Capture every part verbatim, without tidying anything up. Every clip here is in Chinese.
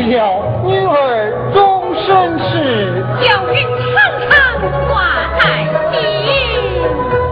为了女儿终身事， 叫人常常挂在心。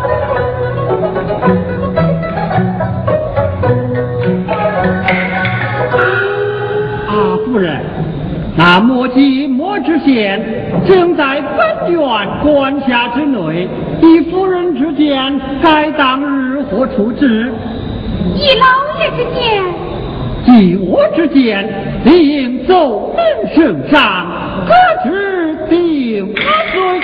啊，夫人，那莫姬莫知县正在本院管辖之内，以夫人之见，该当日何处置？ 以老爷之见， 据我之见，理应奏明圣上，革职定罪。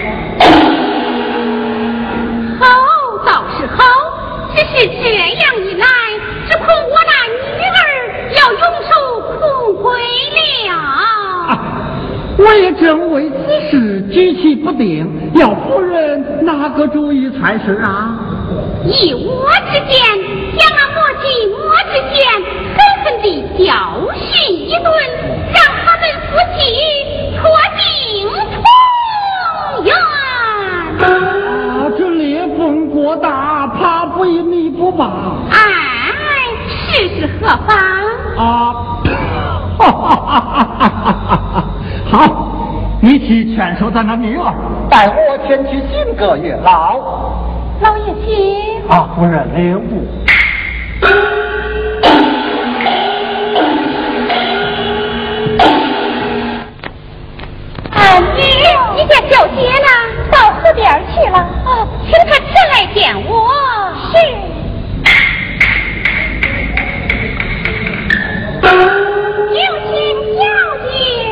好倒是好，只是这样一来，只恐我那女儿要永受苦悔了。 啊，我也正为此事举棋不定，要夫人拿个主意才是啊。 以我之见，将那莫姬莫之见狠狠地教训一顿，让他们夫妻脱尽同源。 啊，这裂缝过大，怕不一弥补吧？ 哎，试试何妨？ 啊，哈哈哈哈哈哈！好，你去劝说咱那女儿， 待我前去行个月老。 老爷请。 啊，夫人留步。 啊，女，你家小姐呢？到河边去了。哦，请她前来见我。是。有请小姐。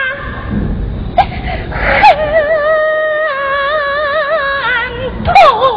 痛。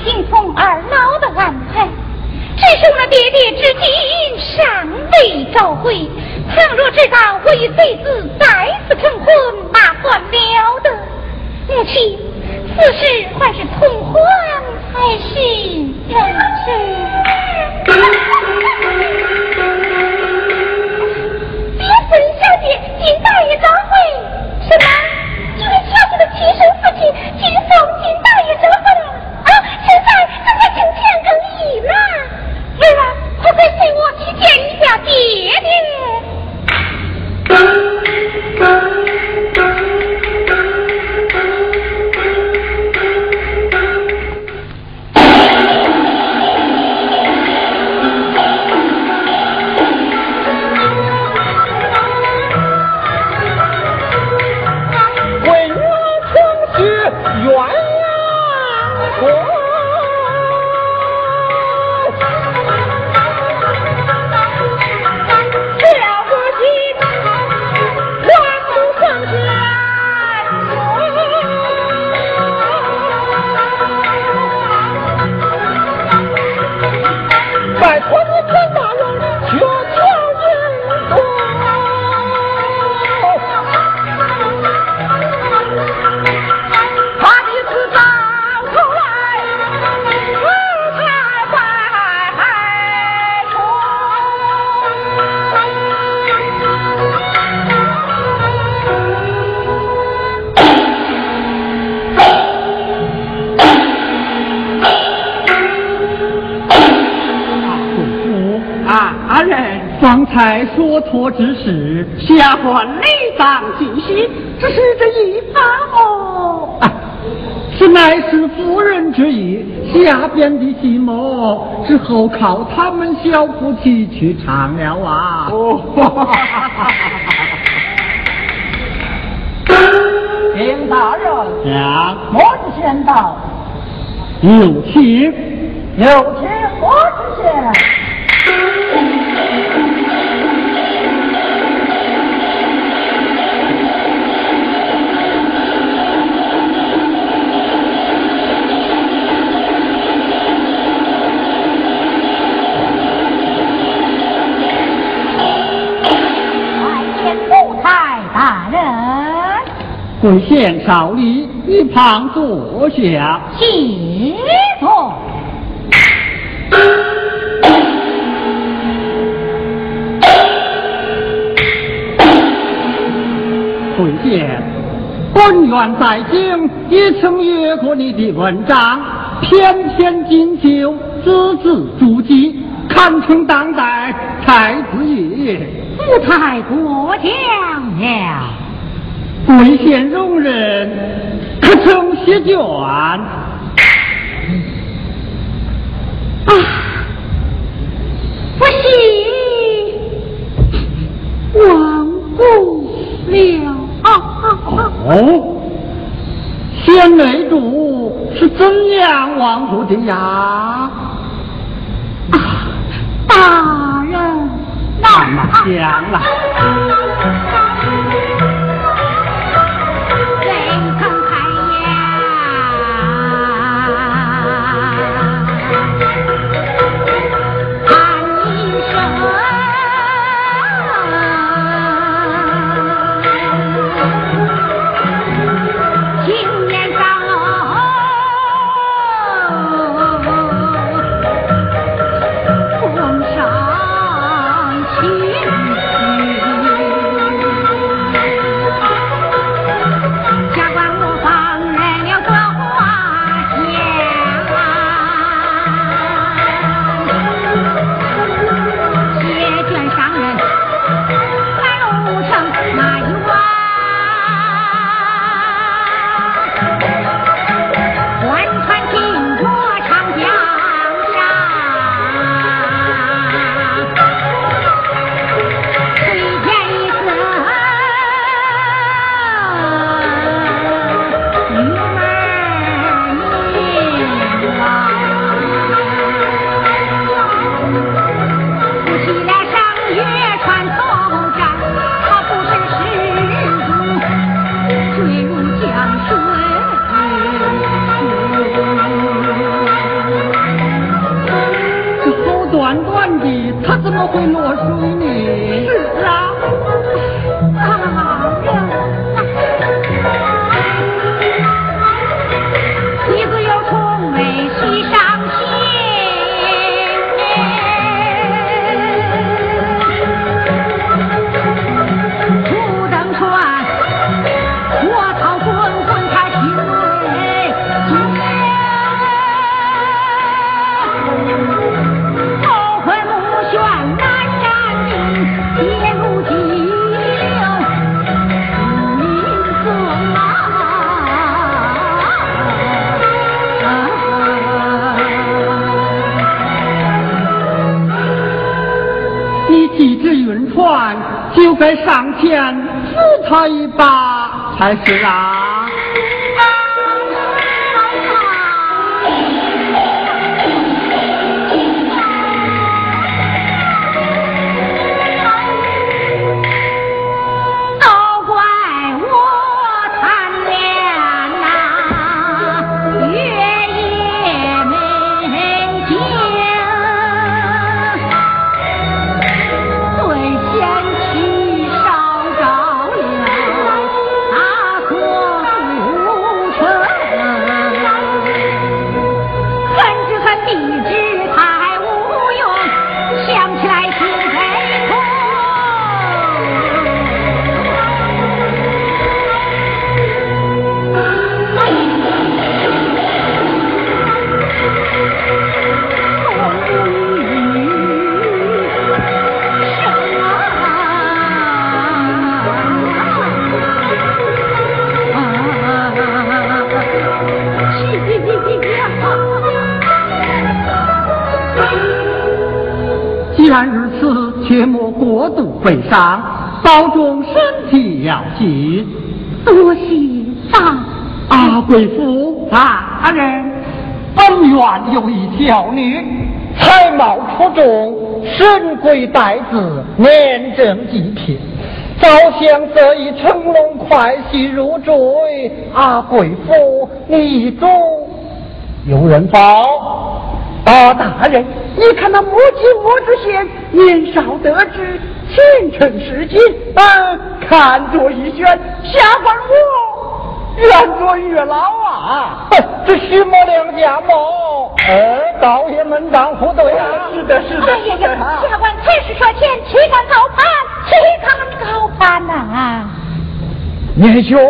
听从二老的安排。只是我爹爹至今尚未召回，倘若知道我与贼子再次成婚，麻烦了得。母亲，此事还是从婚还是人事？别分小姐金大爷召回，什么？因为小姐的亲生父亲金送金大爷折回来了啊！现在正在请天更衣呢。儿啊，快快随我去见一下爹爹。 方才说错之事， 下官理当尽息。只是这一法哦， 啊，是乃是夫人之意，下边的戏谋只好靠他们小夫妻去唱了啊。 哦，丁大人， 呀， 我之先到， 有请， 有请我之先。 跪献少礼，一旁坐下。 请坐。 跪献，本院在京也曾阅过你的文章，翩翩锦绣，字字珠玑，堪称当代才子也。 不太过奖了。 跪献容忍，可曾谢卷？啊， 不惜忘不了。 哦，贤内主是怎样忘不的呀？ 啊，大人， 慢慢讲了。 会落水呢。 是啊，大人， 一个有虫没须上线，初登船，波涛滚滚他心内紧，后会目眩难燃尽，跌入激流民风啊。 你既知晕船，就该上前扶他一把才是啊！ 都怪我贪恋呐，月夜美景，对前妻烧着了大错不成，恨只恨地址太无用，想起来心悲痛。 既然如此，切莫过度悲伤，保重身体要紧。 多谢大啊，贵妇大人，本院有一条女，才貌出众，神贵待字，年正极品，早想得以乘龙快婿入赘。啊，贵妇你中有人报。啊，大人，你看那莫吉莫知县年少得志，前程似锦，嗯，看作一选，下官我愿做月老啊！这徐某两家谋，呃，倒也门当户对啊！是的，是的， 哎呀呀， 啊！ 下官才是说前岂敢高攀，岂敢高攀呐！ 年兄，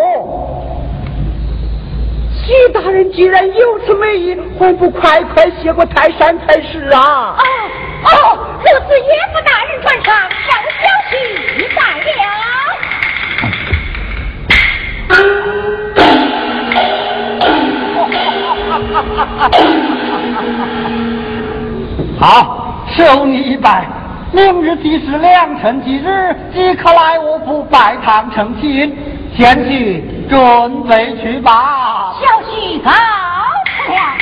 徐大人既然有此美意，还不快快谢过泰山才是啊！ 哦哦，如此岳父大人传上，让小婿在了。好，受你一拜。明日即是良辰吉日，即可来我府拜堂成亲，前去准备去吧。 小婿告辞了。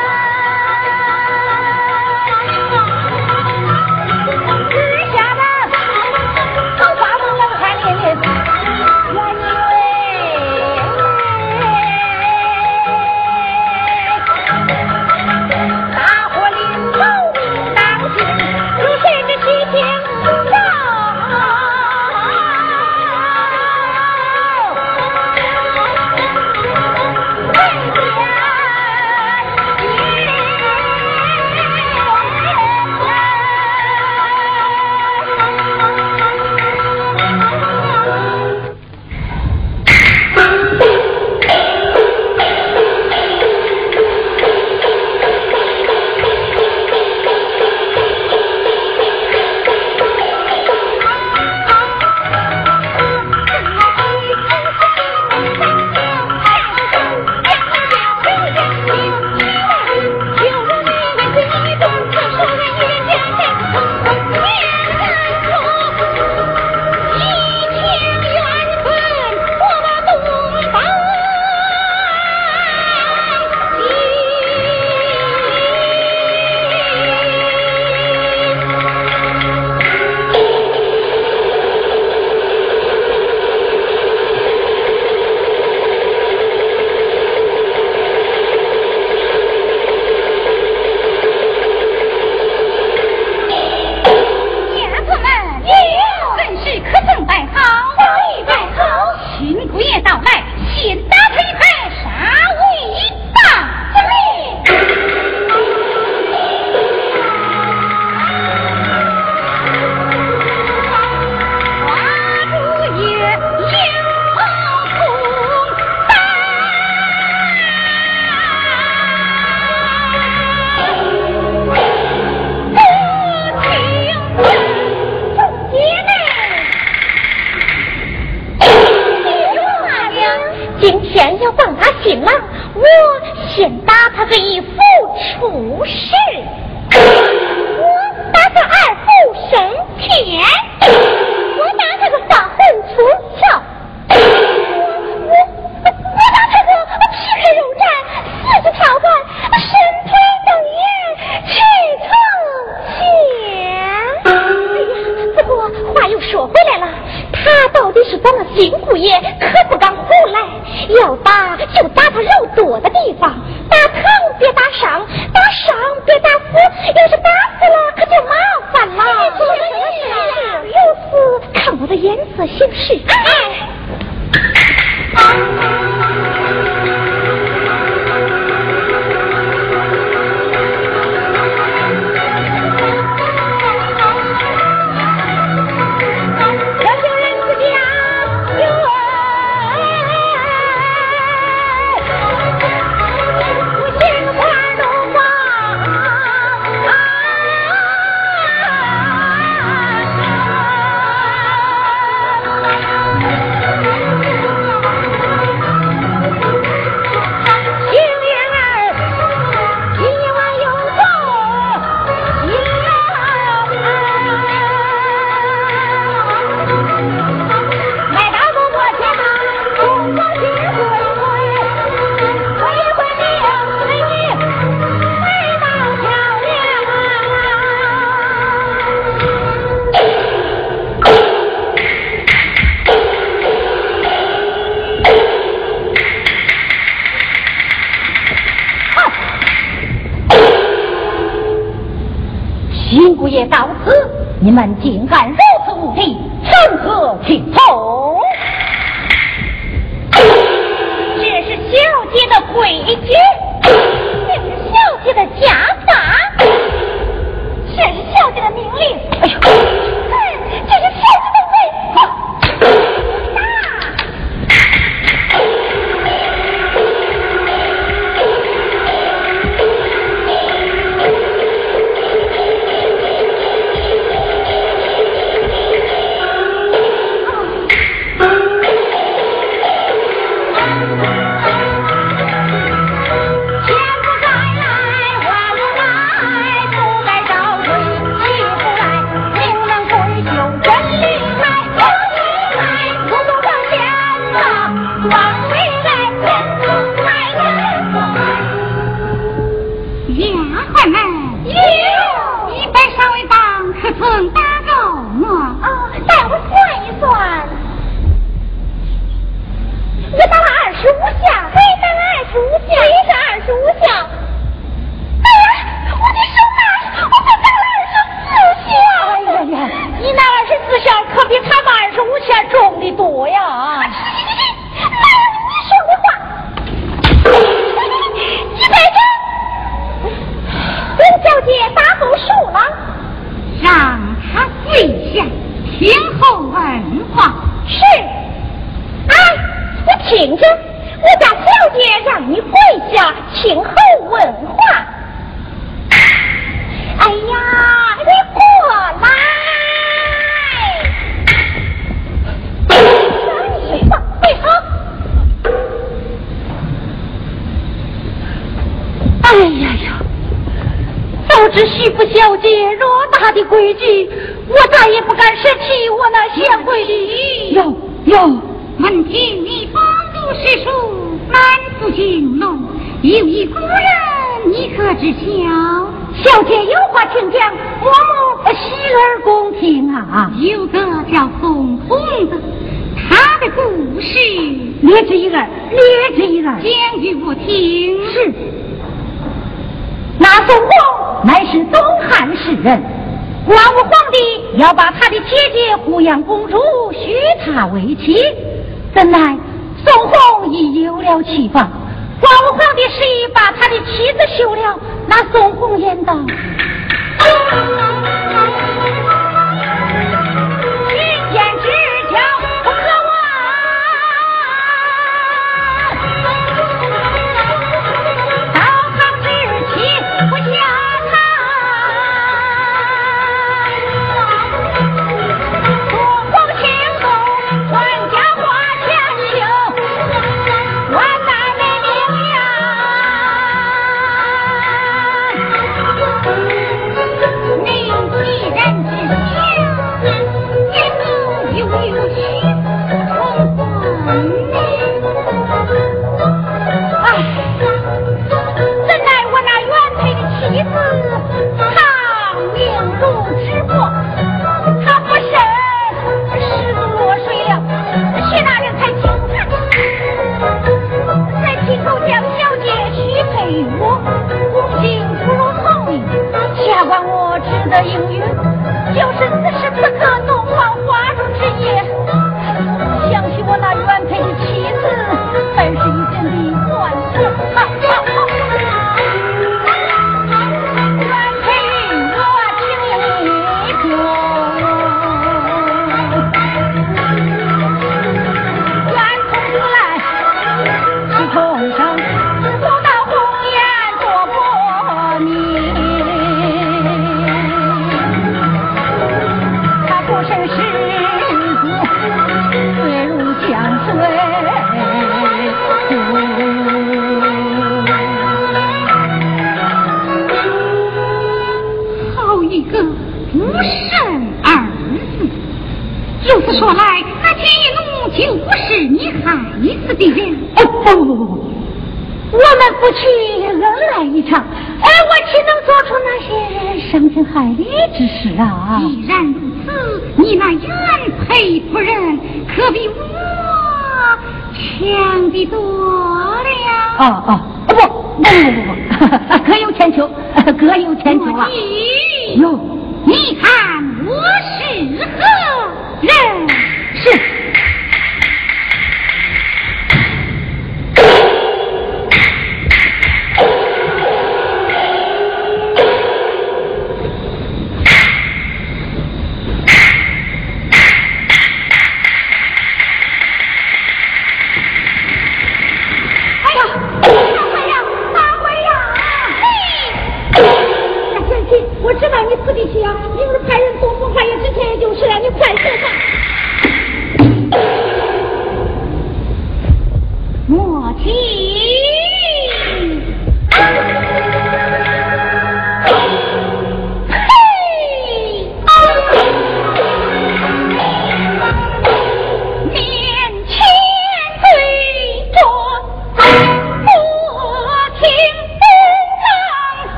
日下的今天要帮他新郎，我先打他个一副出世，我打他二副升天，我打他个三魂出窍，我我我打他个皮开肉绽，四肢条断，神推瞪眼，气成仙。哎呀，不过话又说回来了，他到底是当了新姑爷，可不敢胡来，要打就打他肉多的地方，打疼别打伤，打伤别打死，要是打死了可就麻烦了。是如此，看我的颜色行事。哎。新姑爷到此，你们竟敢如此无礼，成何体统？这是小姐的规矩，这是小姐的家法，这是小姐的命令。哎呦，这是小姐的威风。小姐偌大的规矩，我再也不敢舍弃我那贤惠的。 哟哟， 闻听你风度诗书，满腹经纶，有一故人，你可知晓？ 小姐有话请讲，嬷嬷洗耳恭听啊。 有个叫宋红的，他的故事略知一二，略知一二， 讲与我听。 是。那宋红乃是东汉士人，光武皇帝要把他的姐姐胡杨公主许他为妻，怎奈宋红已有了妻房，光武皇帝示意把他的妻子休了。那宋红言道：今天只教不可忘，到堂之期不下堂，东皇行动传家话相求， 的应允，就是此时此刻农忙花烛之夜，想起我那原配的妻子，本是一阵的乱世。好好好，原配我情意重，愿从此来是同生，自走到红颜多过命。他不生世子，岁如江水。 好一个不慎儿子！如此说来，那田一奴就不是你害死的人。 哦不不不不不，我们夫妻恩爱一场，哎，我岂能做出那些伤天害理之事啊？ 既然如此，你那原配夫人可比我强的多了。 哦哦不不不不不不，各有千秋，各有千秋啊！ 哟，你看我是何人？ 是。我知道你死的气啊！明日派人东府法院之前就是了，你快走吧。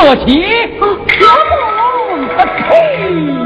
莫急。 啊，老母， 呸！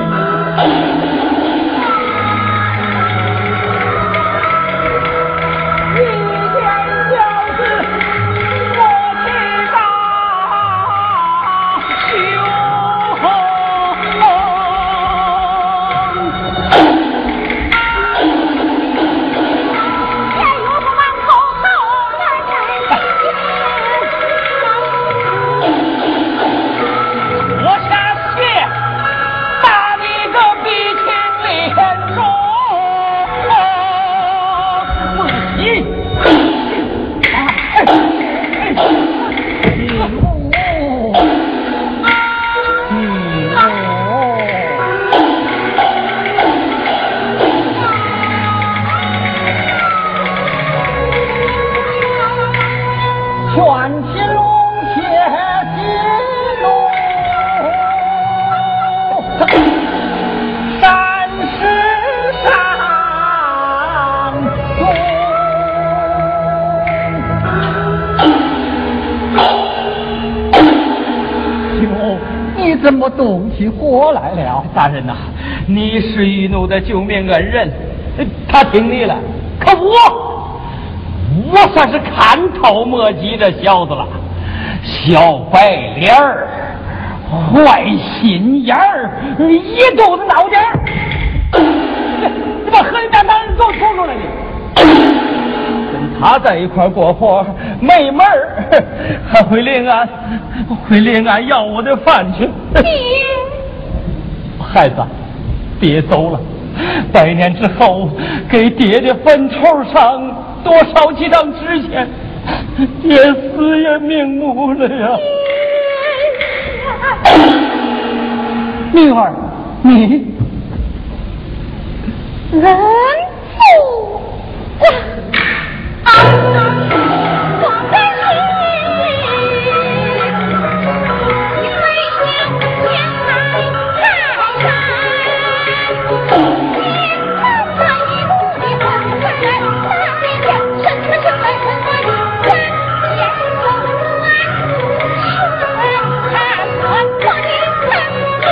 怎么动起火来了？ 大人呐、啊，你是玉奴的救命恩人，他听你了。可我，我算是看透莫及这小子了。小白脸儿，坏心眼儿，一肚子闹点儿。你把何里大男人给我说出来你！跟他在一块过活没门儿，还会临安，会临安要我的饭去。 爹， 孩子，别走了。百年之后，给爹的坟头上多烧几张纸钱，爹死也瞑目了呀。 女儿，你人父啊，我的心，因为想前来看看，你看在一路的风回来，那边讲什么什么什么的，三言不完，看看我的看，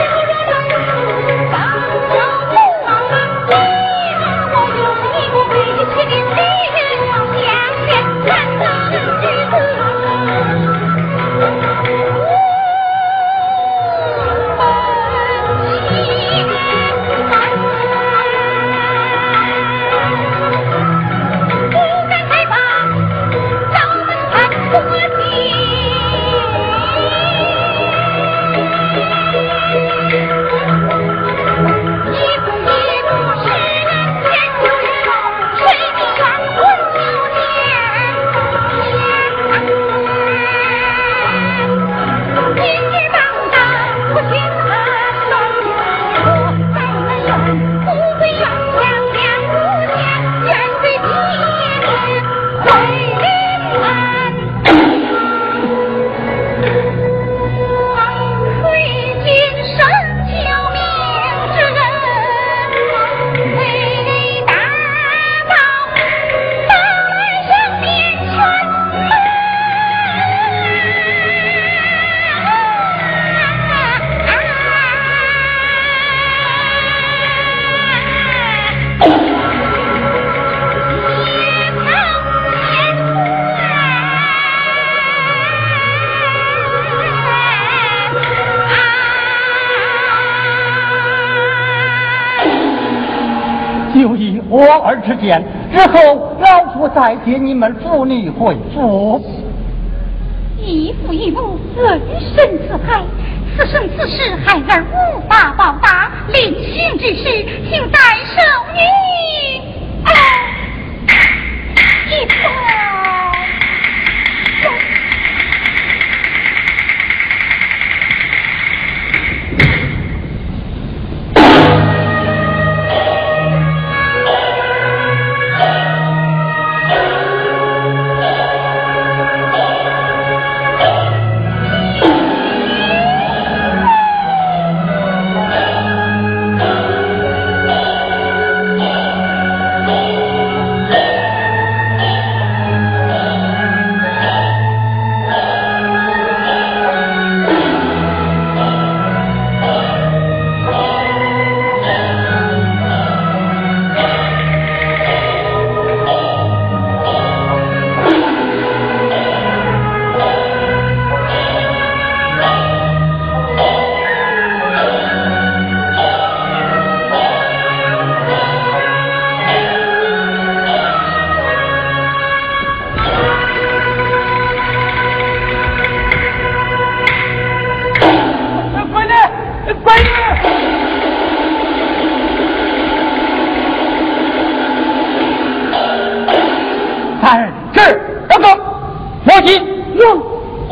当着我，我有一个悲情的人，想见看到日子。 就以我儿之见，日后老夫再接你们父女回府。 一父一母，恩深似海，此生此世孩儿无法报答，临行之时，请代受你啊一拜。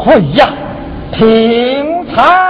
哎呀，听裁。